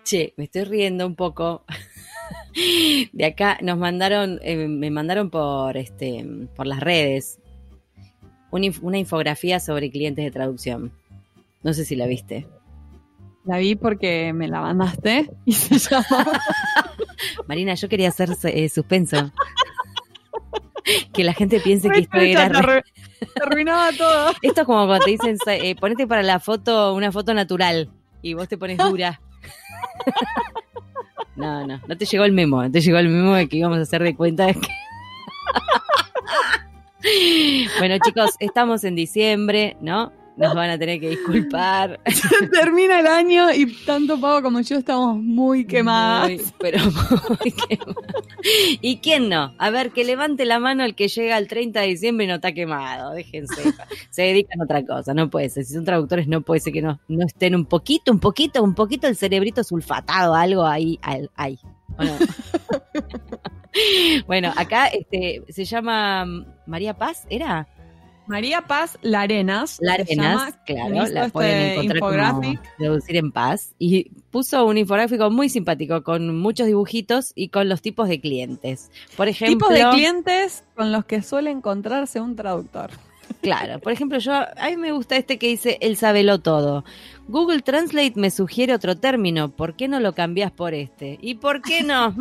Che, me estoy riendo un poco. De acá nos mandaron, me mandaron por las redes una infografía sobre clientes de traducción. No sé si la viste. La vi porque me la mandaste y se llama... Marina, yo quería hacer suspenso. Que la gente piense que esto Te era... arruinaba todo. Esto es como cuando te dicen, ponete para la foto una foto natural y vos te pones dura. No te llegó el memo. No te llegó el memo de que íbamos a hacer de cuenta de que... Bueno, chicos, estamos en diciembre, ¿no? Nos van a tener que disculpar. Termina el año y tanto Pavo como yo estamos muy quemadas. Pero muy quemadas. ¿Y quién no? A ver, que levante la mano el que llega al 30 de diciembre y no está quemado. Déjense. Se dedican a otra cosa. No puede ser. Si son traductores, no puede ser que no estén un poquito el cerebrito sulfatado, algo ahí. Bueno, bueno, acá se llama María Paz, ¿era? María Paz Larenas. Larenas, claro, la pueden encontrar como Traducir en Paz. Y puso un infográfico muy simpático con muchos dibujitos y con los tipos de clientes. Por ejemplo, tipos de clientes con los que suele encontrarse un traductor. Claro, por ejemplo, a mí me gusta que dice el sabelo todo. Google Translate me sugiere otro término. ¿Por qué no lo cambiás por este? ¿Y por qué no?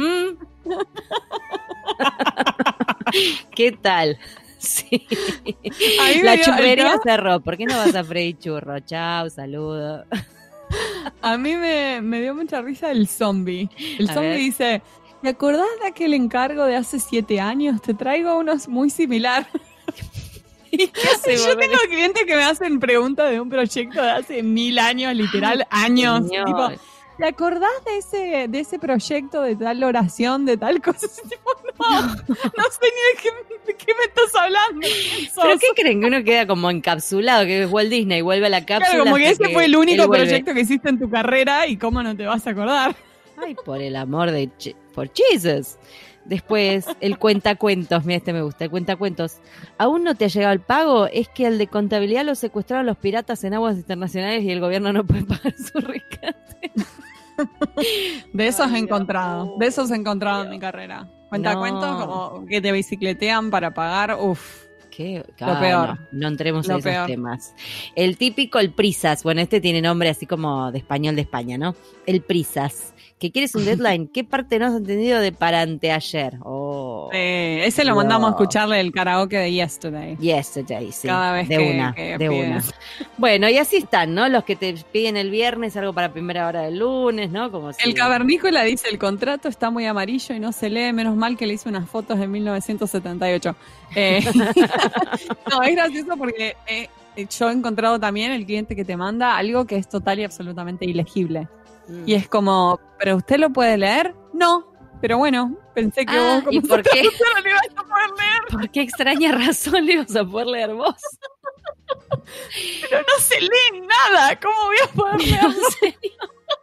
¿Qué tal? Sí. La churrería cerró. ¿Por qué no vas a freír churro? Chao, saludo. A mí me dio mucha risa el zombie. El zombie dice, ¿te acordás de aquel encargo de hace 7 años? Te traigo unos muy similar. ¿Y qué hace, yo tengo clientes que me hacen preguntas de un proyecto de hace 1000 años, literal, años. Tipo, ¿te acordás de ese proyecto, de tal oración, de tal cosa? Tipo, no sé ni de qué me estás hablando. ¿Pero qué creen? Que uno queda como encapsulado, que es Walt Disney, vuelve a la cápsula. Claro, como que ese fue el único proyecto que hiciste en tu carrera y cómo no te vas a acordar. Ay, por el amor de... por Jesus. Después, el cuentacuentos, mira, me gusta, el cuentacuentos. ¿Aún no te ha llegado el pago? Es que el de contabilidad lo secuestraron los piratas en aguas internacionales y el gobierno no puede pagar su rescate. De esos he encontrado en mi carrera. Cuentacuentos como que te bicicletean para pagar, lo peor. No entremos en esos temas. El típico, el prisas. Bueno, tiene nombre así como de español de España, ¿no? El prisas. ¿Que quieres un deadline? ¿Qué parte no has entendido de para anteayer? Ese lo mandamos a escucharle el karaoke de Yesterday. Yesterday, sí. Cada vez de una. Bueno, y así están, ¿no? Los que te piden el viernes algo para primera hora del lunes, ¿no? Como el cavernícola dice, el contrato está muy amarillo y no se lee, menos mal que le hice unas fotos en 1978. No, es gracioso porque yo he encontrado también el cliente que te manda algo que es total y absolutamente ilegible. Y es como, ¿pero usted lo puede leer? No, pero bueno, pensé que vos como ¿y por qué? No lo ibas a poder leer. ¿Por qué extraña razón le ibas a poder leer vos? Pero no se lee nada, ¿cómo voy a poder leer? ¿En serio?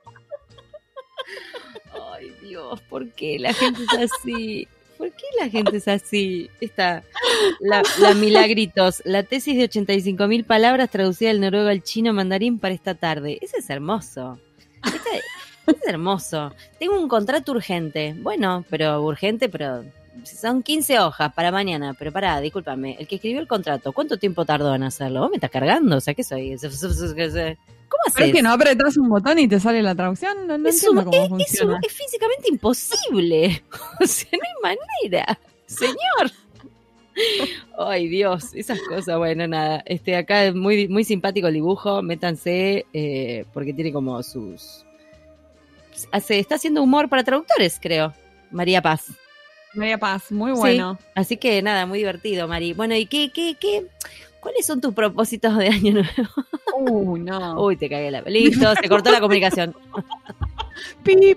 Ay, Dios, ¿por qué la gente es así? ¿Por qué la gente es así? La Milagritos, la tesis de 85.000 palabras traducida del noruego al chino mandarín para esta tarde. Ese es hermoso. Es hermoso. Tengo un contrato urgente. Bueno, pero son 15 hojas para mañana. Pero pará, discúlpame. El que escribió el contrato, ¿cuánto tiempo tardó en hacerlo? ¿Vos me estás cargando? O sea, ¿qué soy? ¿Cómo haces? ¿Pero es que no apretás un botón y te sale la traducción? No entiendo cómo funciona. Es físicamente imposible. O sea, no hay manera. Señor. Ay, Dios, esas cosas. Bueno, nada. Acá es muy, muy simpático el dibujo. Métanse, porque tiene como sus... está haciendo humor para traductores, creo. María Paz. María Paz, muy bueno. Sí, así que nada, muy divertido, Mari. Bueno, ¿y qué? ¿Cuáles son tus propósitos de año nuevo? No. Uy, te cagué la... Listo, se cortó la comunicación. Pi.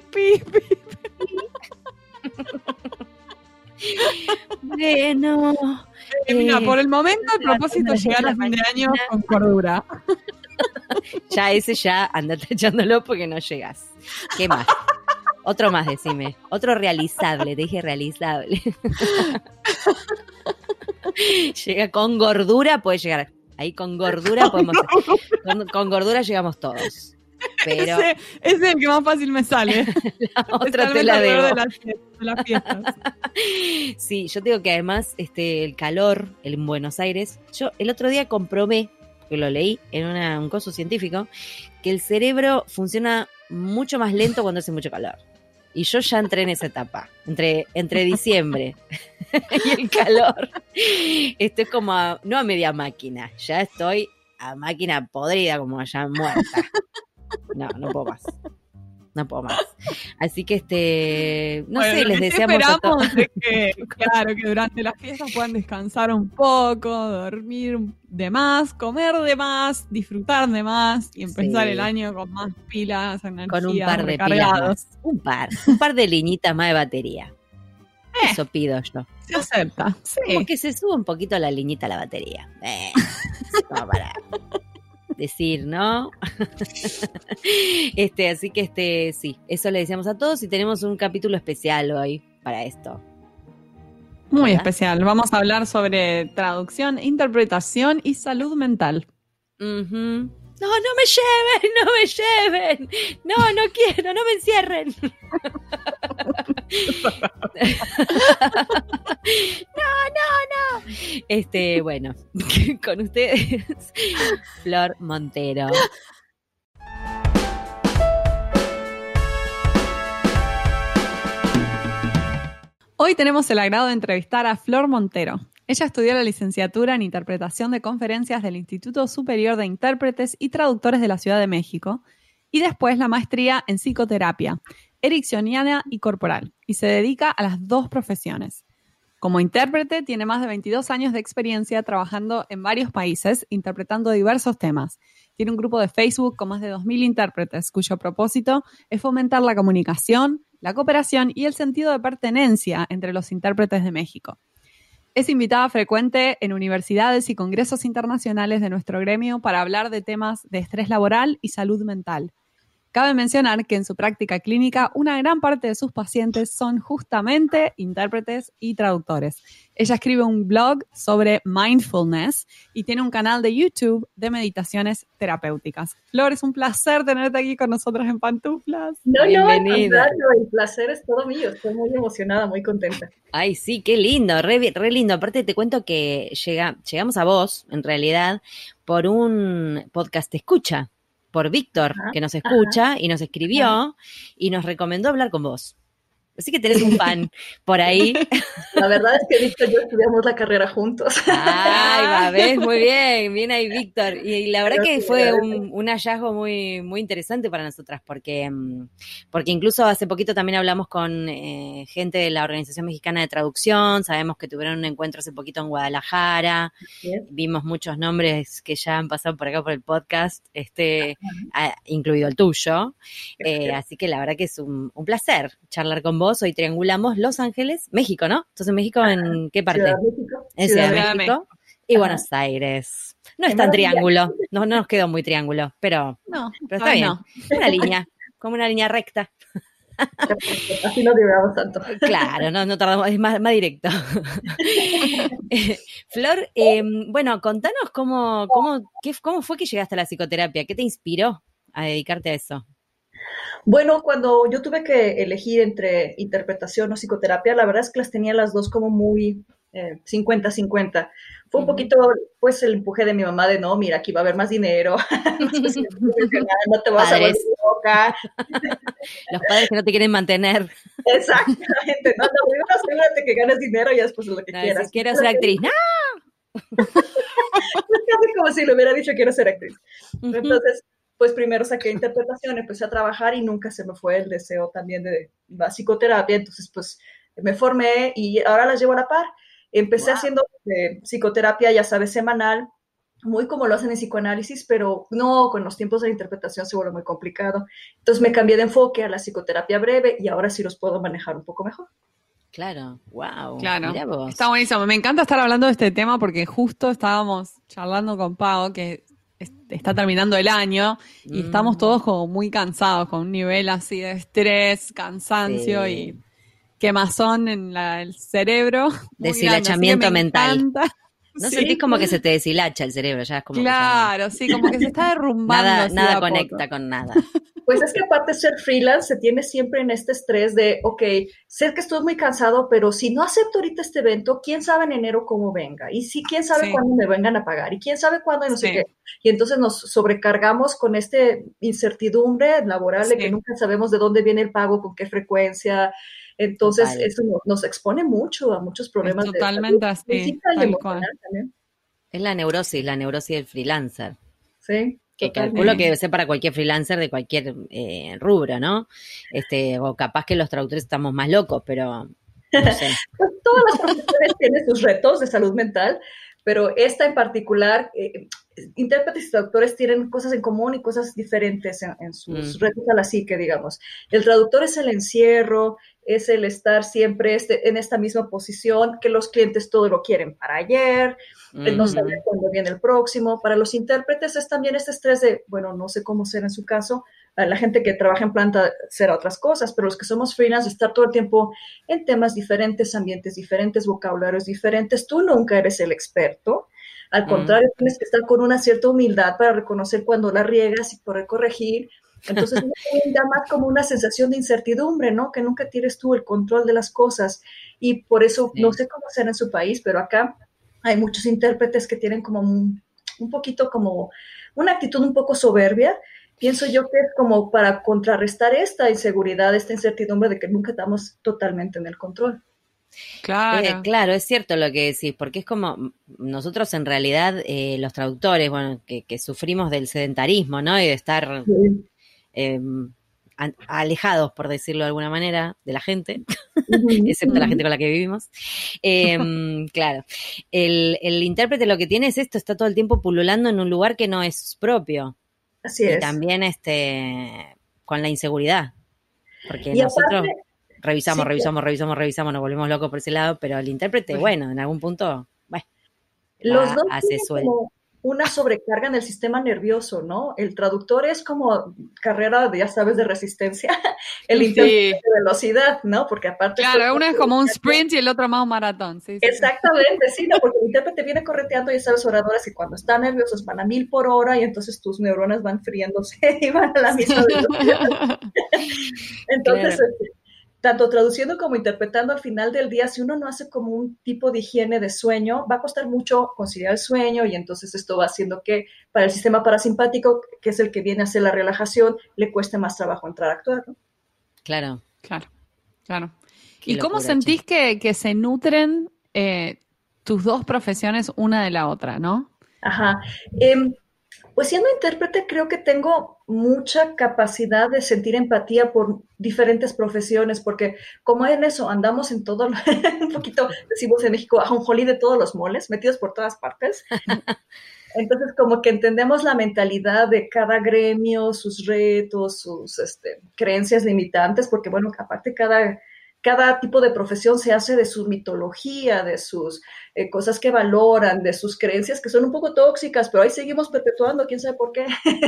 Bueno. Mira, por el momento el propósito es llegar a fin de año con cordura. Ya andate echándolo porque no llegas. ¿Qué más? Otro más, decime. Otro realizable, te dije realizable. Llega con gordura, puede llegar. Ahí con gordura podemos... Con gordura llegamos todos. pero... Ese es el que más fácil me sale. La otra te la debo. De las fiestas. Sí, yo te digo que además el calor en Buenos Aires, yo el otro día comprobé, que lo leí en un coso científico, que el cerebro funciona mucho más lento cuando hace mucho calor. Y yo ya entré en esa etapa, entre diciembre y el calor. Estoy como, no a media máquina, ya estoy a máquina podrida, como ya muerta. No puedo más. No puedo más. Así que no sé, les deseamos esperamos es que durante las fiestas puedan descansar un poco, dormir de más, comer de más, disfrutar de más y empezar el año con más pilas, energía, con un par de pilas más. Un par de liñitas más de batería. Eso pido yo. Se acepta. Sí. Como que se sube un poquito la liñita a la batería. Como para decir, ¿no? Así que sí, eso le decíamos a todos y tenemos un capítulo especial hoy para esto. Muy especial. Vamos a hablar sobre traducción, interpretación y salud mental. Uh-huh. No me lleven. No quiero, no me encierren. No. Bueno, con ustedes, Flor Montero. Hoy tenemos el agrado de entrevistar a Flor Montero. Ella estudió la licenciatura en Interpretación de Conferencias del Instituto Superior de Intérpretes y Traductores de la Ciudad de México y después la maestría en Psicoterapia, Ericksoniana y Corporal, y se dedica a las dos profesiones. Como intérprete, tiene más de 22 años de experiencia trabajando en varios países, interpretando diversos temas. Tiene un grupo de Facebook con más de 2.000 intérpretes, cuyo propósito es fomentar la comunicación, la cooperación y el sentido de pertenencia entre los intérpretes de México. Es invitada frecuente en universidades y congresos internacionales de nuestro gremio para hablar de temas de estrés laboral y salud mental. Cabe mencionar que en su práctica clínica una gran parte de sus pacientes son justamente intérpretes y traductores. Ella escribe un blog sobre mindfulness y tiene un canal de YouTube de meditaciones terapéuticas. Flor, es un placer tenerte aquí con nosotras en Pantuflas. Bienvenida. El placer es todo mío. Estoy muy emocionada, muy contenta. Ay, sí, qué lindo, re lindo. Aparte te cuento que llegamos a vos, en realidad, por un podcast escucha. Por Víctor, que nos escucha y nos escribió y nos recomendó hablar con vos. Así que tenés un fan por ahí. La verdad es que Víctor y yo estudiamos la carrera juntos. Ay, ves, muy bien ahí Víctor. Y la verdad que fue un hallazgo muy, muy interesante para nosotras, porque incluso hace poquito también hablamos con gente de la Organización Mexicana de Traducción, sabemos que tuvieron un encuentro hace poquito en Guadalajara, vimos muchos nombres que ya han pasado por acá por el podcast, incluido el tuyo, así que la verdad que es un placer charlar con vos. Hoy triangulamos Los Ángeles, México, ¿no? Entonces, ¿México en qué parte? Ciudad de México. En Ciudad de México y Buenos Aires. No es tan triángulo, no nos quedó muy triángulo, pero está bien. Una línea, como una línea recta. Así no divagamos tanto. Claro, no tardamos, es más directo. Flor, bueno, contanos cómo fue que llegaste a la psicoterapia, ¿qué te inspiró a dedicarte a eso? Bueno, cuando yo tuve que elegir entre interpretación o psicoterapia, la verdad es que las tenía las dos como muy 50-50. Fue un poquito, pues, el empuje de mi mamá de, no, mira, aquí va a haber más dinero, no te vas a volver loca. Los padres que no te quieren mantener. Exactamente, no, primero asegúrate que ganes dinero y después lo que quieras. Si quieres ser actriz, ¡no! Es casi como si le hubiera dicho quiero ser actriz. Entonces, pues primero saqué interpretación, empecé a trabajar y nunca se me fue el deseo también de la psicoterapia, entonces pues me formé y ahora las llevo a la par. Empecé haciendo psicoterapia, ya sabes, semanal, muy como lo hacen en psicoanálisis, pero no, con los tiempos de la interpretación se vuelve muy complicado. Entonces me cambié de enfoque a la psicoterapia breve y ahora sí los puedo manejar un poco mejor. Claro, wow. Claro, mirá vos. Está buenísimo. Me encanta estar hablando de este tema porque justo estábamos charlando con Pau, que está terminando el año y estamos todos como muy cansados, con un nivel así de estrés, cansancio y quemazón en el cerebro. Deshilachamiento mental. Encanta. ¿No sentís como que se te deshilacha el cerebro? Ya es como claro, sí, como que se está derrumbando. Nada conecta con nada. Pues es que aparte de ser freelance, se tiene siempre en este estrés de, ok, sé que estoy muy cansado, pero si no acepto ahorita este evento, quién sabe en enero cómo venga, y si quién sabe cuándo me vengan a pagar, y quién sabe cuándo y no sé qué. Y entonces nos sobrecargamos con este incertidumbre laboral de que nunca sabemos de dónde viene el pago, con qué frecuencia. Entonces, eso nos expone mucho a muchos problemas totalmente de salud así, tal cual. También. Es la neurosis del freelancer. Sí. Que calculo que debe ser para cualquier freelancer de cualquier rubro, ¿no? O capaz que los traductores estamos más locos, pero no sé. Pues todas las profesiones tienen sus retos de salud mental, pero esta en particular, intérpretes y traductores tienen cosas en común y cosas diferentes en sus retos a la psique, digamos. El traductor es el encierro, es el estar siempre en esta misma posición, que los clientes todo lo quieren para ayer, el no saber cuándo viene el próximo. Para los intérpretes es también este estrés de, bueno, no sé cómo será en su caso, la gente que trabaja en planta será otras cosas, pero los que somos freelance, estar todo el tiempo en temas diferentes, ambientes diferentes, vocabularios diferentes, tú nunca eres el experto. Al contrario, tienes que estar con una cierta humildad para reconocer cuando la riegas y poder corregir. Entonces, da más como una sensación de incertidumbre, ¿no? Que nunca tienes tú el control de las cosas. Y por eso, no sé cómo será en su país, pero acá hay muchos intérpretes que tienen como un poquito como una actitud un poco soberbia. Pienso yo que es como para contrarrestar esta inseguridad, esta incertidumbre de que nunca estamos totalmente en el control. Claro, es cierto lo que decís, porque es como nosotros en realidad, los traductores, bueno, que sufrimos del sedentarismo, ¿no? Y de estar alejados, por decirlo de alguna manera, de la gente, excepto la gente con la que vivimos. Claro, el intérprete lo que tiene es esto, está todo el tiempo pululando en un lugar que no es propio. Así es. Y también con la inseguridad, porque y nosotros... Aparte, revisamos, nos volvemos locos por ese lado, pero el intérprete, bueno, en algún punto, bueno, los dos hace tienen como una sobrecarga en el sistema nervioso, ¿no? El traductor es como carrera, ya sabes, de resistencia, el intérprete de velocidad, ¿no? Porque aparte... Claro, uno es como un sprint y el otro más un maratón. Sí, exactamente, sí, ¿no? Porque el intérprete viene correteando, ya sabes, oradores que cuando están nerviosos van a 1000 por hora y entonces tus neuronas van friéndose y van a la misma velocidad. Entonces... claro. Tanto traduciendo como interpretando, al final del día, si uno no hace como un tipo de higiene de sueño, va a costar mucho conciliar el sueño y entonces esto va haciendo que para el sistema parasimpático, que es el que viene a hacer la relajación, le cueste más trabajo entrar a actuar, ¿no? Claro. ¿Y cómo sentís que se nutren tus dos profesiones una de la otra, no? Ajá. Pues siendo intérprete creo que tengo mucha capacidad de sentir empatía por diferentes profesiones, porque como en eso andamos en todo, un poquito, decimos en México, ajonjolí de todos los moles, metidos por todas partes. Entonces como que entendemos la mentalidad de cada gremio, sus retos, sus creencias limitantes, porque bueno, aparte cada tipo de profesión se hace de su mitología, de sus cosas que valoran, de sus creencias que son un poco tóxicas, pero ahí seguimos perpetuando, quién sabe por qué.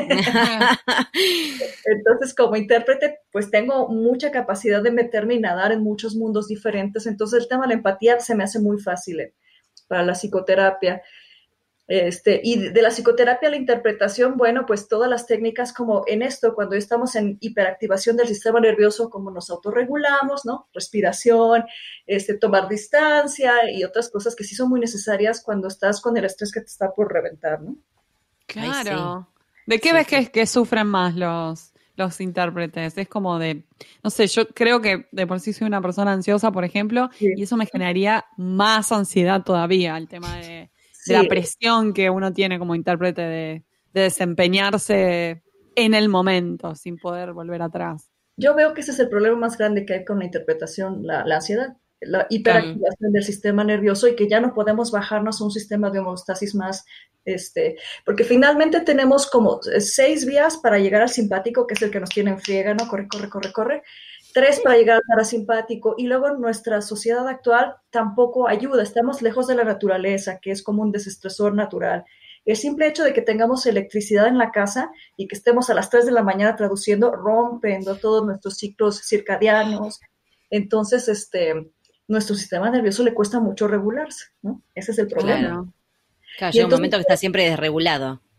Entonces, como intérprete, pues tengo mucha capacidad de meterme y nadar en muchos mundos diferentes. Entonces, el tema de la empatía se me hace muy fácil para la psicoterapia. Y de la psicoterapia a la interpretación, bueno, pues todas las técnicas como en esto, cuando estamos en hiperactivación del sistema nervioso, como nos autorregulamos, ¿no? Respiración, tomar distancia y otras cosas que sí son muy necesarias cuando estás con el estrés que te está por reventar, ¿no? Claro. Sí. ¿De qué ves que sufren más los intérpretes? Es como de, no sé, yo creo que de por sí soy una persona ansiosa, por ejemplo, y eso me generaría más ansiedad todavía, el tema de la presión que uno tiene como intérprete de desempeñarse en el momento, sin poder volver atrás. Yo veo que ese es el problema más grande que hay con la interpretación, la ansiedad, la hiperactivación del sistema nervioso y que ya no podemos bajarnos a un sistema de homeostasis más, porque finalmente tenemos como 6 vías para llegar al simpático, que es el que nos tiene en friega, ¿no? Corre. 3 para llegar al parasimpático y luego nuestra sociedad actual tampoco ayuda, estamos lejos de la naturaleza, que es como un desestresor natural. El simple hecho de que tengamos electricidad en la casa y que estemos a las 3 de la mañana traduciendo, rompiendo todos nuestros ciclos circadianos. Entonces, nuestro sistema nervioso le cuesta mucho regularse, ¿no? Ese es el problema. Claro, llega un momento que está siempre desregulado.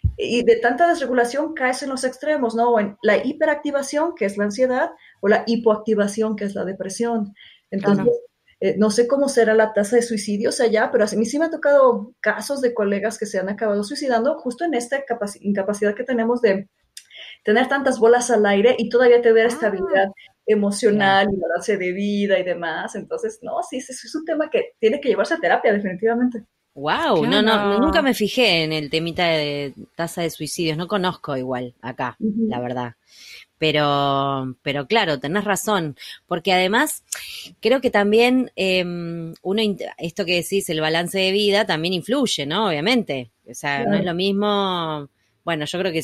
Y de tanta desregulación caes en los extremos, ¿no? O en la hiperactivación, que es la ansiedad, o la hipoactivación, que es la depresión. Entonces, no sé cómo será la tasa de suicidios allá, pero a mí sí me ha tocado casos de colegas que se han acabado suicidando justo en esta incapacidad que tenemos de tener tantas bolas al aire y todavía tener estabilidad emocional y balance de vida y demás. Entonces, no, sí, es un tema que tiene que llevarse a terapia, definitivamente. Wow, no, nunca me fijé en el temita de tasa de suicidios, no conozco igual acá, la verdad. Pero claro, tenés razón, porque además creo que también esto que decís, el balance de vida también influye, ¿no? Obviamente, o sea, no es lo mismo, bueno, yo creo que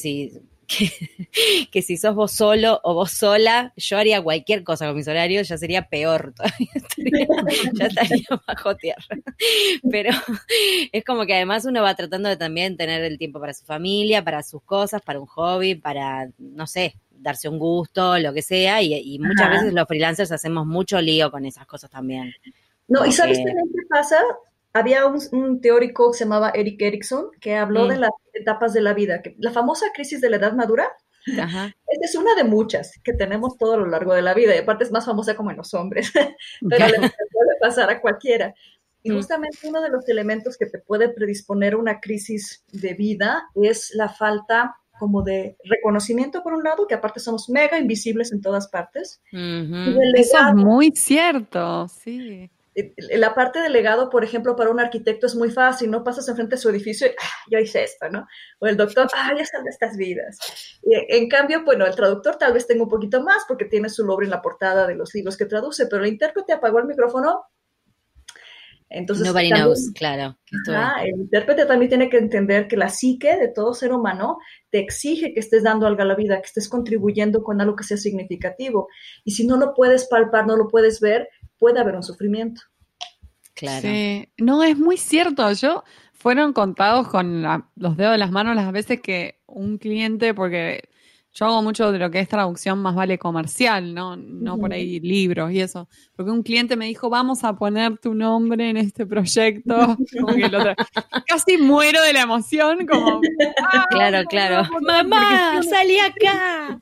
que si sos vos solo o vos sola, yo haría cualquier cosa con mis horarios, ya sería peor todavía, ya estaría bajo tierra. Pero es como que además uno va tratando de también tener el tiempo para su familia, para sus cosas, para un hobby, para, no sé, darse un gusto, lo que sea, y muchas veces los freelancers hacemos mucho lío con esas cosas también. No, ¿y sabes también qué pasa? Había un teórico que se llamaba Erik Erikson que habló de las etapas de la vida, que la famosa crisis de la edad madura. Esta es una de muchas que tenemos todo a lo largo de la vida, y aparte es más famosa como en los hombres, pero le puede pasar a cualquiera. Y justamente uno de los elementos que te puede predisponer a una crisis de vida es la falta como de reconocimiento, por un lado, que aparte somos mega invisibles en todas partes. Eso es muy cierto, sí. La parte del legado, por ejemplo, para un arquitecto es muy fácil, ¿no? Pasas enfrente de su edificio y, yo hice esto, ¿no? O el doctor, ya salvé estas vidas. En cambio, bueno, el traductor tal vez tenga un poquito más porque tiene su nombre en la portada de los libros que traduce, pero el intérprete apagó el micrófono. Entonces, nobody knows, claro. El intérprete también tiene que entender que la psique de todo ser humano te exige que estés dando algo a la vida, que estés contribuyendo con algo que sea significativo. Y si no lo puedes palpar, no lo puedes ver, puede haber un sufrimiento. Claro. Sí. No, es muy cierto. Fueron contados con los dedos de las manos las veces que un cliente, porque yo hago mucho de lo que es traducción más vale comercial, no por ahí libros y eso. Porque un cliente me dijo, vamos a poner tu nombre en este proyecto. Como que casi muero de la emoción, como... Claro. ¡Mamá, salí acá!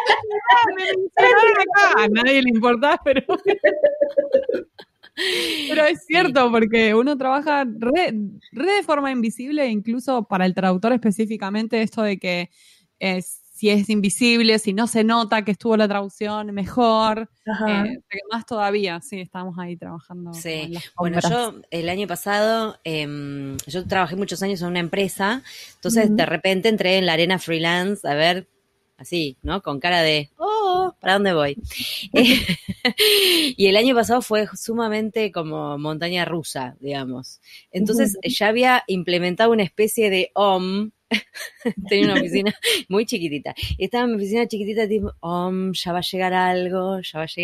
A nadie le importa, pero es cierto, porque uno trabaja re de forma invisible, incluso para el traductor específicamente, esto de que si es invisible, si no se nota que estuvo la traducción, mejor. Más todavía, sí, estamos ahí trabajando. Sí, bueno, yo el año pasado, yo trabajé muchos años en una empresa, entonces de repente entré en la arena freelance, a ver, así, ¿no? Con cara de, ¿para dónde voy? Y el año pasado fue sumamente como montaña rusa, digamos. Entonces ya había implementado una especie de tenía una oficina muy chiquitita. Y estaba en mi oficina chiquitita tipo, ya va a llegar algo.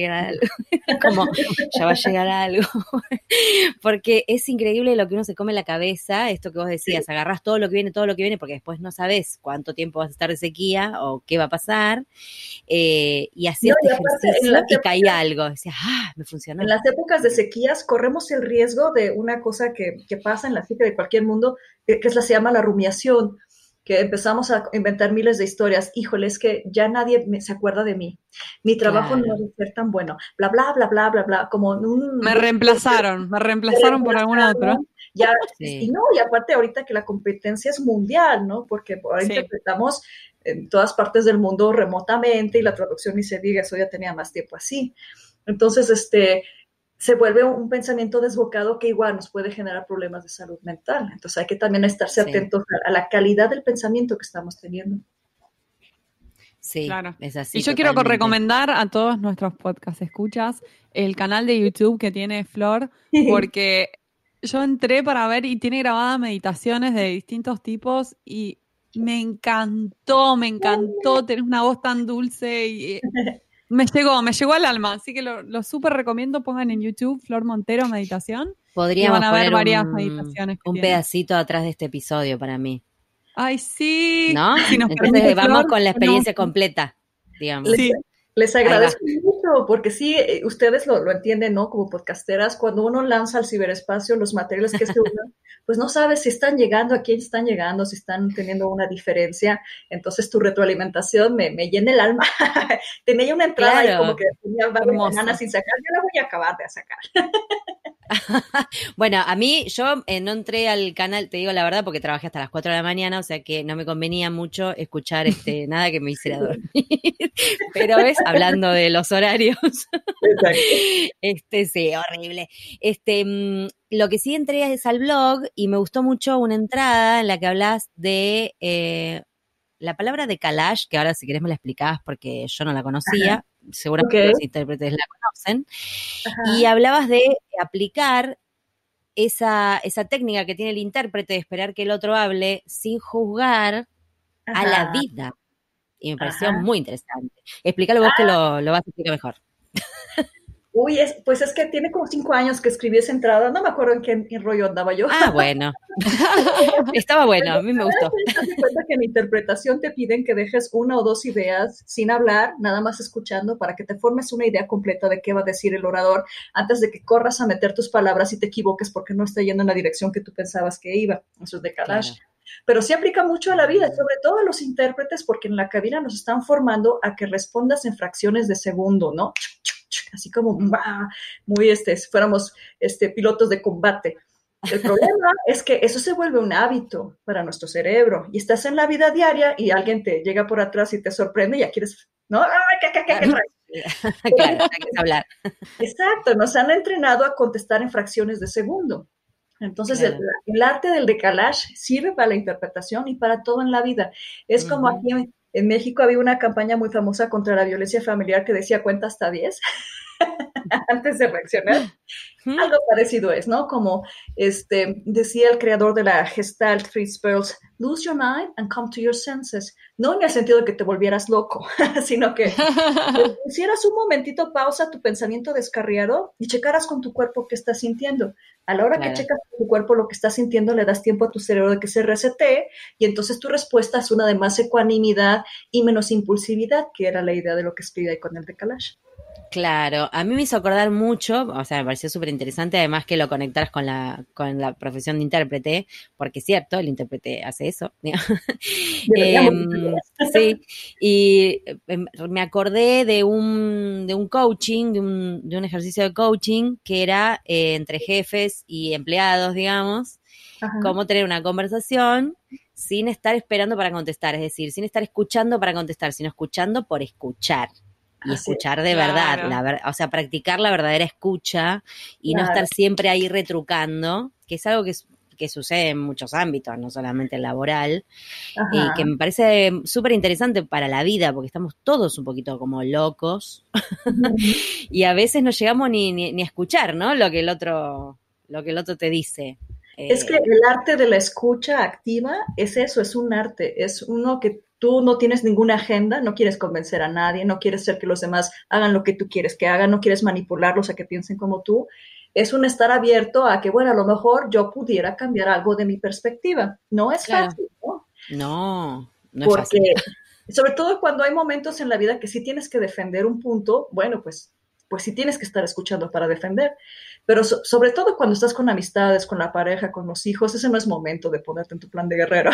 Como, ya va a llegar algo. Porque es increíble lo que uno se come en la cabeza, esto que vos decías, agarrás todo lo que viene, porque después no sabés cuánto tiempo vas a estar de sequía o qué va a pasar. Y hacía este ejercicio y caía algo. Decía, me funcionó. En las épocas de sequías corremos el riesgo de una cosa que pasa en la psique de cualquier mundo, que se llama la rumiación, que empezamos a inventar miles de historias. Híjole, es que ya nadie se acuerda de mí. Mi trabajo no va a ser tan bueno. Bla, bla, bla, bla, bla, bla. Como me reemplazaron por alguna otra. Ya, y aparte ahorita que la competencia es mundial, ¿no? Porque ahora interpretamos en todas partes del mundo remotamente y la traducción ni se diga, eso ya tenía más tiempo así. Entonces, se vuelve un pensamiento desbocado que igual nos puede generar problemas de salud mental. Entonces hay que también estarse atentos a la calidad del pensamiento que estamos teniendo. Sí, claro. Es así. Y yo quiero recomendar a todos nuestros podcast escuchas el canal de YouTube que tiene Flor, porque yo entré para ver y tiene grabadas meditaciones de distintos tipos y me encantó, tenés una voz tan dulce y... Me llegó al alma, así que lo súper recomiendo. Pongan en YouTube Flor Montero Meditación. Podríamos y van a ver poner varias meditaciones que un pedacito atrás de este episodio para mí. Ay, sí. ¿No? Entonces vamos con la experiencia completa, digamos. Les agradezco mucho Claro, porque sí, ustedes lo entienden, ¿no? Como podcasteras, cuando uno lanza al ciberespacio los materiales que se usan, pues no sabes si están llegando, a quién están llegando, si están teniendo una diferencia. Entonces tu retroalimentación me llena el alma. Tenía una entrada ahí como que tenía varias semanas sin sacar, yo la voy a acabar de sacar. Bueno, a mí, yo no entré al canal, te digo la verdad, porque trabajé hasta las 4 de la mañana, o sea que no me convenía mucho escuchar nada que me hiciera dormir. Pero ves, hablando de los horarios. Exacto. Sí, horrible. Lo que sí entré es al blog y me gustó mucho una entrada en la que hablas de la palabra decalage, que ahora si querés me la explicás porque yo no la conocía. Ajá. Seguramente los intérpretes la conocen. Ajá. Y hablabas de aplicar esa técnica que tiene el intérprete de esperar que el otro hable sin juzgar a la vida. Y me pareció muy interesante. Explícalo vos que lo vas a explicar mejor. Uy, pues es que tiene como 5 años que escribí esa entrada, no me acuerdo en qué rollo andaba yo. Ah, bueno. Estaba bueno, a mí me gustó. Te das cuenta que en interpretación te piden que dejes 1 o 2 ideas sin hablar, nada más escuchando, para que te formes una idea completa de qué va a decir el orador, antes de que corras a meter tus palabras y te equivoques porque no está yendo en la dirección que tú pensabas que iba. Eso es decalage. Claro. Pero sí aplica mucho a la vida, sobre todo a los intérpretes, porque en la cabina nos están formando a que respondas en fracciones de segundo, ¿no? Así como muy si fuéramos pilotos de combate. El problema es que eso se vuelve un hábito para nuestro cerebro y estás en la vida diaria y alguien te llega por atrás y te sorprende y ya quieres, ¿no? Claro, hay que hablar. Exacto, nos han entrenado a contestar en fracciones de segundo. Entonces, claro, el arte del decalage sirve para la interpretación y para todo en la vida. Es como aquí en México había una campaña muy famosa contra la violencia familiar que decía cuenta hasta 10 antes de reaccionar. Algo parecido es, ¿no? Como decía el creador de la Gestalt, Fritz Perls, lose your mind and come to your senses. No en el sentido de que te volvieras loco, sino que hicieras un momentito pausa a tu pensamiento descarriado y checaras con tu cuerpo qué estás sintiendo. A la hora que checas con tu cuerpo lo que estás sintiendo, le das tiempo a tu cerebro de que se resetee y entonces tu respuesta es una de más ecuanimidad y menos impulsividad, que era la idea de lo que escribí con el decalage. Claro, a mí me hizo acordar mucho, o sea, me pareció súper interesante, además que lo conectaras con la profesión de intérprete, porque es cierto, el intérprete hace eso. Sí, y me acordé de un coaching, de un ejercicio de coaching que era entre jefes y empleados, digamos, cómo tener una conversación sin estar esperando para contestar, es decir, sin estar escuchando para contestar, sino escuchando por escuchar. Y escuchar de verdad, o sea, practicar la verdadera escucha y no estar siempre ahí retrucando, que es algo que sucede en muchos ámbitos, no solamente el laboral, y que me parece súper interesante para la vida, porque estamos todos un poquito como locos, y a veces no llegamos ni a escuchar, ¿no? Lo que el otro te dice. Es que el arte de la escucha activa es eso, es un arte, es uno que tú no tienes ninguna agenda, no quieres convencer a nadie, no quieres hacer que los demás hagan lo que tú quieres que hagan, no quieres manipularlos a que piensen como tú. Es un estar abierto a que, bueno, a lo mejor yo pudiera cambiar algo de mi perspectiva. No es fácil, ¿no? No es fácil. Porque, sobre todo cuando hay momentos en la vida que sí tienes que defender un punto, bueno, pues sí tienes que estar escuchando para defender. Pero sobre todo cuando estás con amistades, con la pareja, con los hijos, ese no es momento de ponerte en tu plan de guerrero.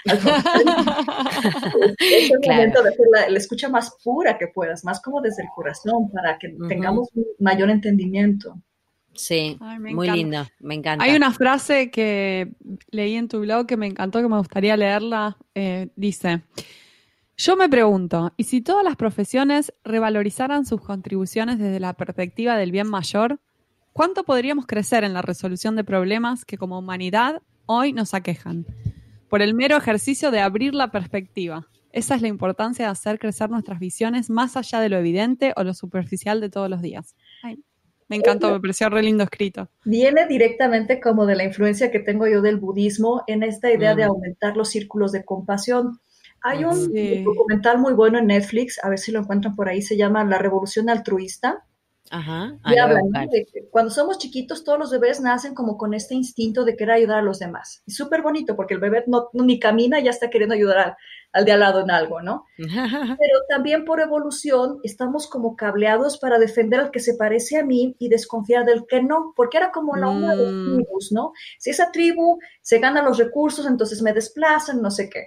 Es el momento de hacer la escucha más pura que puedas, más como desde el corazón, para que tengamos un mayor entendimiento. Sí, muy lindo, me encanta. Hay una frase que leí en tu blog que me encantó, que me gustaría leerla. Dice: yo me pregunto, ¿y si todas las profesiones revalorizaran sus contribuciones desde la perspectiva del bien mayor? ¿Cuánto podríamos crecer en la resolución de problemas que como humanidad hoy nos aquejan? Por el mero ejercicio de abrir la perspectiva. Esa es la importancia de hacer crecer nuestras visiones más allá de lo evidente o lo superficial de todos los días. Ay, me encantó, me pareció re lindo escrito. Viene directamente como de la influencia que tengo yo del budismo en esta idea de aumentar los círculos de compasión. Hay un documental muy bueno en Netflix, a ver si lo encuentran por ahí, se llama La Revolución Altruista. Y hablan de que cuando somos chiquitos, todos los bebés nacen como con este instinto de querer ayudar a los demás. Y súper bonito, porque el bebé ni camina y ya está queriendo ayudar al de al lado en algo, ¿no? Pero también por evolución estamos como cableados para defender al que se parece a mí y desconfiar del que no, porque era como la onda de tribus, ¿no? Si esa tribu se gana los recursos, entonces me desplazan, no sé qué.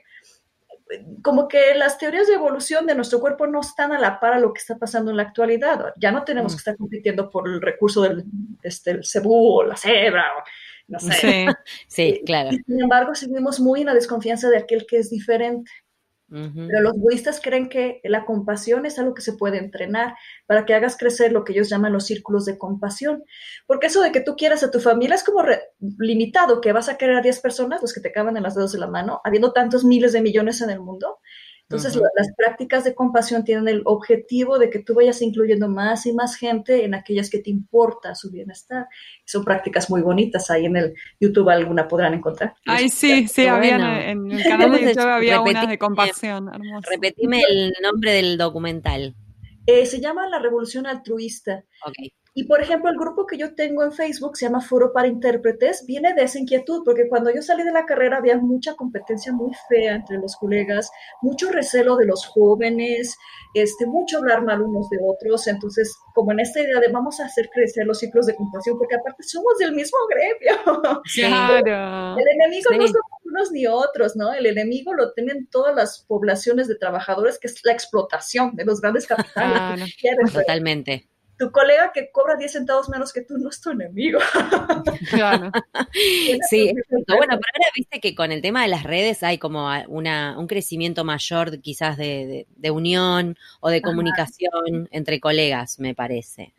Como que las teorías de evolución de nuestro cuerpo no están a la par a lo que está pasando en la actualidad. Ya no tenemos que estar compitiendo por el recurso del el cebú o la cebra, o no sé. Sí, sí, claro. Y, sin embargo, seguimos muy en la desconfianza de aquel que es diferente. Pero los budistas creen que la compasión es algo que se puede entrenar para que hagas crecer lo que ellos llaman los círculos de compasión. Porque eso de que tú quieras a tu familia es como limitado, que vas a querer a 10 personas, los que te caben en los dedos de la mano, habiendo tantos miles de millones en el mundo. Entonces, las prácticas de compasión tienen el objetivo de que tú vayas incluyendo más y más gente en aquellas que te importa su bienestar. Son prácticas muy bonitas. Ahí en el YouTube alguna podrán encontrar. Ay, sí, había en el canal de YouTube había unas de compasión. Hermoso. Repetime el nombre del documental. Se llama La Revolución Altruista. Okay. Y, por ejemplo, el grupo que yo tengo en Facebook se llama Foro para Intérpretes, viene de esa inquietud, porque cuando yo salí de la carrera había mucha competencia muy fea entre los colegas, mucho recelo de los jóvenes, mucho hablar mal unos de otros. Entonces, como en esta idea de vamos a hacer crecer los ciclos de compasión, porque aparte somos del mismo gremio. Claro. El enemigo no somos unos ni otros, ¿no? El enemigo lo tienen todas las poblaciones de trabajadores, que es la explotación de los grandes capitales. Totalmente. Tu colega que cobra 10 centavos menos que tú no es tu enemigo. Claro. Sí, bueno, pero ahora viste que con el tema de las redes hay como un crecimiento mayor quizás de unión o de comunicación entre colegas, me parece.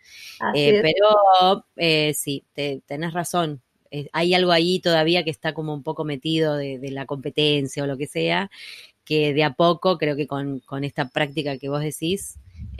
Pero sí, tenés razón. Hay algo ahí todavía que está como un poco metido de la competencia o lo que sea, que de a poco creo que con esta práctica que vos decís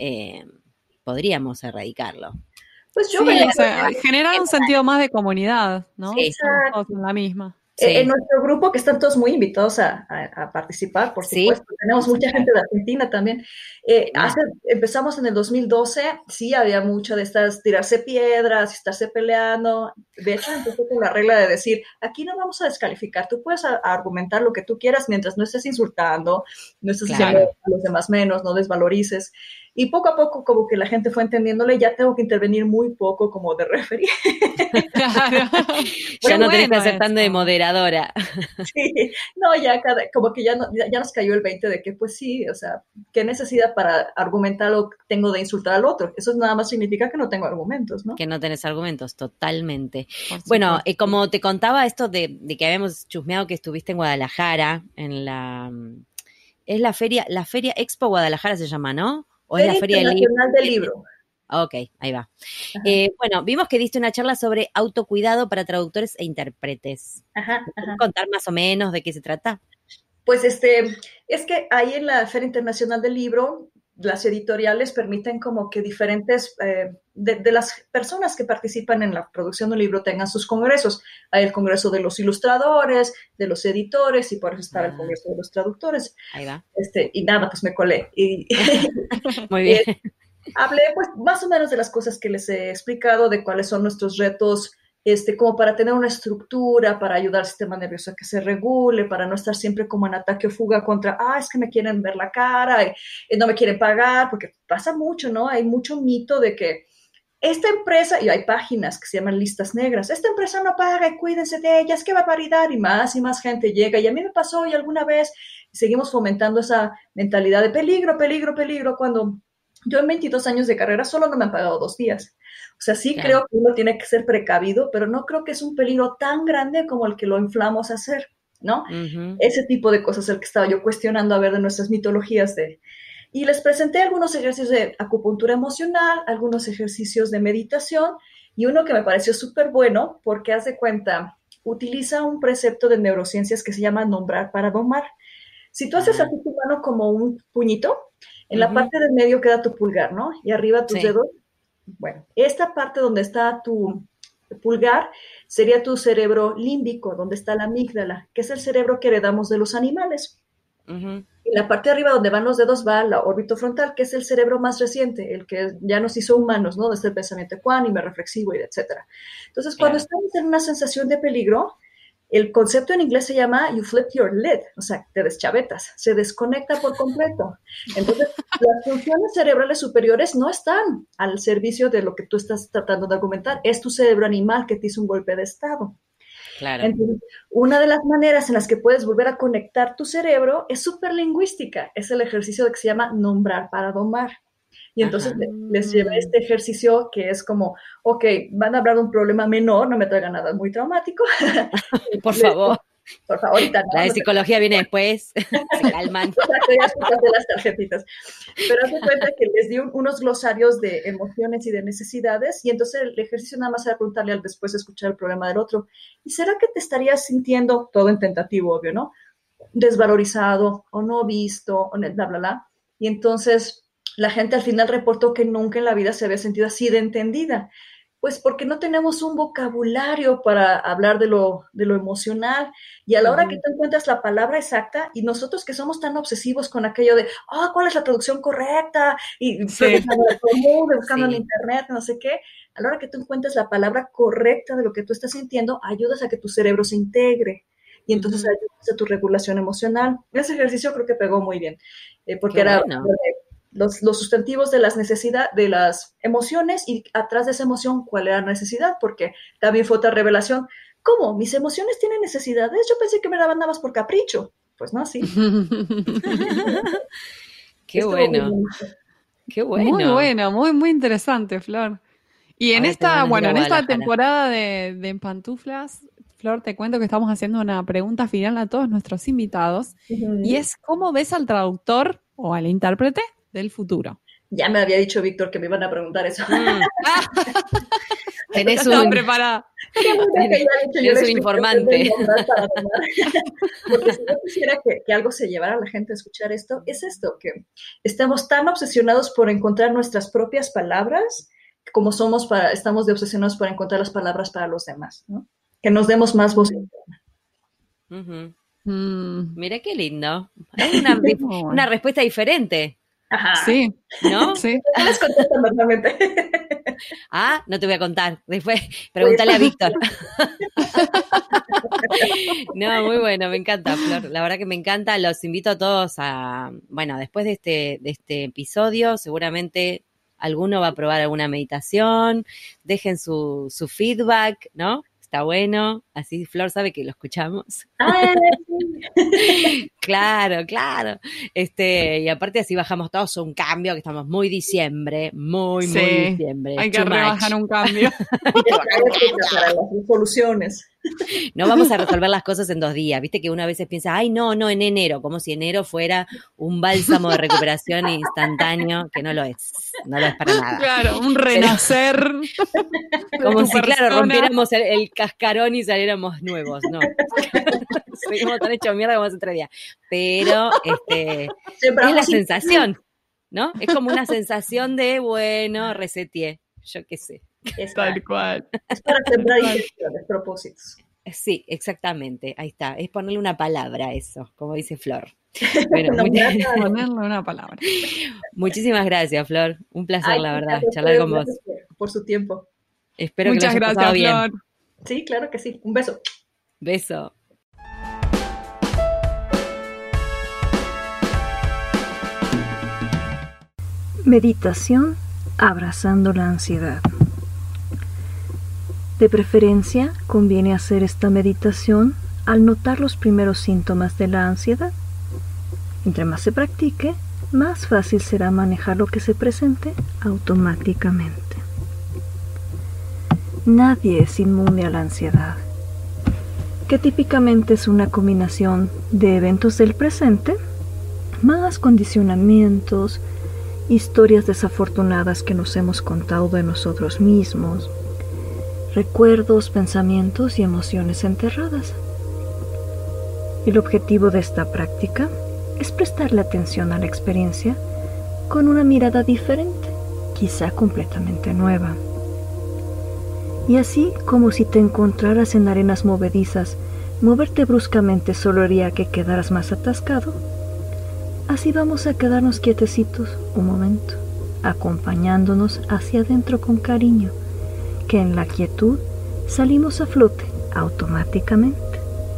podríamos erradicarlo. Pues yo generar un sentido más de comunidad, ¿no? Sí, todos en la misma. Sí. En nuestro grupo, que están todos muy invitados a participar, por supuesto. Tenemos mucha gente de Argentina también. Empezamos en el 2012, sí, había mucho de estas tirarse piedras, estarse peleando. De hecho, empezó con la regla de decir, aquí no vamos a descalificar, tú puedes argumentar lo que tú quieras mientras no estés insultando, no estés diciendo a los demás menos, no desvalorices. Y poco a poco, como que la gente fue entendiéndole, ya tengo que intervenir muy poco como de referee. Claro. Ya no tenés que ser tan de moderadora. Sí, no, como que ya nos cayó el 20 de que, pues sí, o sea, ¿qué necesidad para argumentar lo que tengo de insultar al otro? Eso nada más significa que no tengo argumentos, ¿no? Que no tenés argumentos, totalmente. Bueno, como te contaba esto de que habíamos chusmeado que estuviste en Guadalajara, es la feria Expo Guadalajara se llama, ¿no? ¿O es la Feria Internacional del Libro? Ok, ahí va. Bueno, vimos que diste una charla sobre autocuidado para traductores e intérpretes. ¿Puedes contar más o menos de qué se trata? Pues es que ahí en la Feria Internacional del Libro, las editoriales permiten como que diferentes, de las personas que participan en la producción de un libro tengan sus congresos. Hay el congreso de los ilustradores, de los editores, y por eso estaba el congreso de los traductores. Ahí va. Y nada, pues me colé. Muy bien. Hablé pues más o menos de las cosas que les he explicado, de cuáles son nuestros retos, como para tener una estructura, para ayudar al sistema nervioso a que se regule, para no estar siempre como en ataque o fuga contra, es que me quieren ver la cara, y no me quieren pagar, porque pasa mucho, ¿no? Hay mucho mito de que esta empresa, y hay páginas que se llaman listas negras, esta empresa no paga y cuídense de ellas, qué barbaridad, y más gente llega, y a mí me pasó hoy alguna vez, y seguimos fomentando esa mentalidad de peligro, peligro, peligro, cuando yo en 22 años de carrera solo no me han pagado 2 días. O sea, sí creo que uno tiene que ser precavido, pero no creo que es un peligro tan grande como el que lo inflamos a hacer, ¿no? Ese tipo de cosas es el que estaba yo cuestionando a ver de nuestras mitologías Y les presenté algunos ejercicios de acupuntura emocional, algunos ejercicios de meditación, y uno que me pareció súper bueno, porque haz de cuenta, utiliza un precepto de neurociencias que se llama nombrar para domar. Si tú haces así tu mano como un puñito, en la parte del medio queda tu pulgar, ¿no? Y arriba tus dedos. Bueno, esta parte donde está tu pulgar sería tu cerebro límbico, donde está la amígdala, que es el cerebro que heredamos de los animales. Y la parte de arriba donde van los dedos va la órbita frontal, que es el cerebro más reciente, el que ya nos hizo humanos, ¿no? Desde el pensamiento ecuánime, reflexivo y etcétera. Entonces, cuando estamos en una sensación de peligro, El concepto en inglés se llama you flip your lid, o sea, te deschavetas, se desconecta por completo. Entonces, las funciones cerebrales superiores no están al servicio de lo que tú estás tratando de argumentar, es tu cerebro animal que te hizo un golpe de estado. Claro. Entonces, una de las maneras en las que puedes volver a conectar tu cerebro es superlingüística, es el ejercicio que se llama nombrar para domar. Y entonces les llevé este ejercicio que es como, ok, van a hablar de un problema menor, no me traigan nada muy traumático. Por favor. Por favor, ahorita no. La de psicología viene después, se calman. Exacto, ya escuchaste las tarjetitas. Pero haz de cuenta que les di unos glosarios de emociones y de necesidades, y entonces el ejercicio nada más era preguntarle al después de escuchar el problema del otro, ¿y será que te estarías sintiendo, todo en tentativo, obvio, ¿no? Desvalorizado, o no visto, o bla, bla, bla. Y entonces la gente al final reportó que nunca en la vida se había sentido así de entendida. Pues porque no tenemos un vocabulario para hablar de lo emocional. Y a la hora que tú encuentras la palabra exacta, y nosotros que somos tan obsesivos con aquello de, ¿cuál es la traducción correcta? Y buscando en internet, no sé qué. A la hora que tú encuentras la palabra correcta de lo que tú estás sintiendo, ayudas a que tu cerebro se integre. Y entonces ayudas a tu regulación emocional. Ese ejercicio creo que pegó muy bien. Porque era... Bueno. Los sustantivos de las necesidades, de las emociones, y atrás de esa emoción, ¿cuál era la necesidad? Porque también fue otra revelación. ¿Cómo? ¿Mis emociones tienen necesidades? Yo pensé que me daban nada más por capricho. Pues no, sí. Qué bueno. Qué bueno. Muy bueno, muy interesante, Flor. Y en esta temporada de En Pantuflas, Flor, te cuento que estamos haciendo una pregunta final a todos nuestros invitados. Y es, ¿cómo ves al traductor o al intérprete del futuro? Ya me había dicho Víctor que me iban a preguntar eso. Tenés un preparada. Tenés un informante. Porque si yo quisiera que algo se llevara a la gente a escuchar esto, es esto, que estamos tan obsesionados por encontrar nuestras propias palabras como estamos obsesionados por encontrar las palabras para los demás, ¿no? Que nos demos más voz interna. Mira qué lindo. Es una respuesta diferente. Ajá. Sí. ¿No? Sí. ¿Qué les contestan normalmente? No te voy a contar. Después, pregúntale a Víctor. No, muy bueno, me encanta, Flor. La verdad que me encanta. Los invito a todos después de este episodio, seguramente alguno va a probar alguna meditación. Dejen su feedback, ¿no? Está bueno, así Flor sabe que lo escuchamos. Claro. Y aparte así bajamos todos un cambio, que estamos muy diciembre, muy diciembre. Hay que rebajar un cambio. Para las soluciones. No vamos a resolver las cosas en 2 días. Viste que una a veces piensa, no, en enero, como si enero fuera un bálsamo de recuperación instantáneo, que no lo es para nada. Claro, un renacer. Como si, rompiéramos el cascarón y saliéramos nuevos, no. Seguimos tan hechos mierda como hace 3 días. Pero es la sensación, ¿no? Es como una sensación de, reseteé, yo qué sé. Tal cual. Es para sembrar intenciones, propósitos. Sí, exactamente, ahí está. Es ponerle una palabra a eso, como dice Flor. Bueno, ponerle una palabra. Muchísimas gracias, Flor. Un placer, la verdad, charlar con vos. Por su tiempo. Espero que lo hayas pasado bien. Flor. Sí, claro que sí. Un beso. Beso. Meditación abrazando la ansiedad. De preferencia, conviene hacer esta meditación al notar los primeros síntomas de la ansiedad. Entre más se practique, más fácil será manejar lo que se presente automáticamente. Nadie es inmune a la ansiedad, que típicamente es una combinación de eventos del presente, más condicionamientos, historias desafortunadas que nos hemos contado de nosotros mismos, recuerdos, pensamientos y emociones enterradas. El objetivo de esta práctica es prestarle atención a la experiencia con una mirada diferente, quizá completamente nueva. Y así como si te encontraras en arenas movedizas, moverte bruscamente solo haría que quedaras más atascado, así vamos a quedarnos quietecitos un momento, acompañándonos hacia adentro con cariño, que en la quietud salimos a flote automáticamente,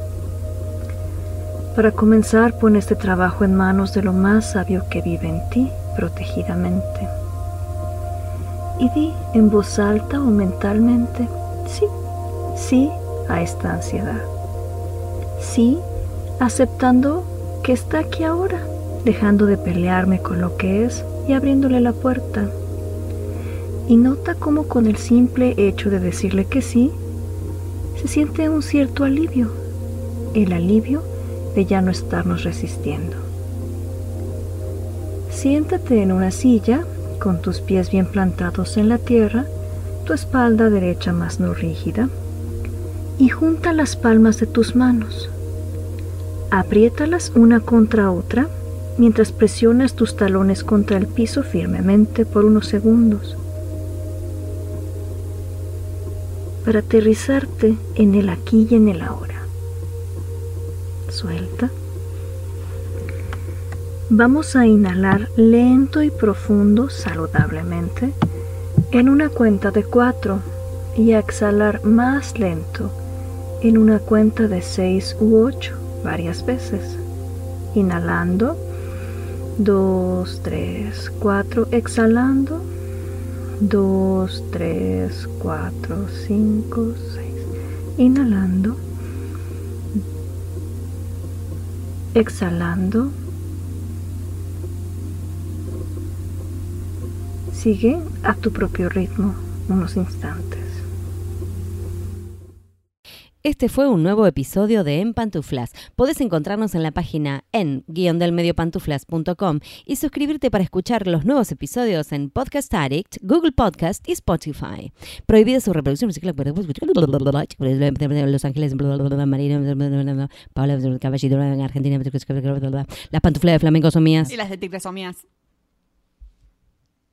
Para comenzar, pon este trabajo en manos de lo más sabio que vive en ti, protegidamente. Y di en voz alta o mentalmente, sí, sí a esta ansiedad. Sí, aceptando que está aquí ahora, dejando de pelearme con lo que es y abriéndole la puerta. Y nota cómo con el simple hecho de decirle que sí, se siente un cierto alivio, el alivio de ya no estarnos resistiendo. Siéntate en una silla, con tus pies bien plantados en la tierra, tu espalda derecha más no rígida, y junta las palmas de tus manos. Apriétalas una contra otra, mientras presionas tus talones contra el piso firmemente por unos segundos, para aterrizarte en el aquí y en el ahora. Suelta. Vamos a inhalar lento y profundo, saludablemente, en una cuenta de 4 y a exhalar más lento en una cuenta de 6 u 8 varias veces. Inhalando, 2, 3, 4, exhalando, 2, 3, 4, 5, 6. Inhalando, exhalando. Sigue a tu propio ritmo unos instantes. Este fue un nuevo episodio de En Pantuflas. Podés encontrarnos en la página en-delmediopantuflas.com y suscribirte para escuchar los nuevos episodios en Podcast Addict, Google Podcast y Spotify. Prohibida su reproducción musical por Los Ángeles, Paula Caballito, Argentina, las pantuflas de flamenco son mías. Y las de tigre son mías.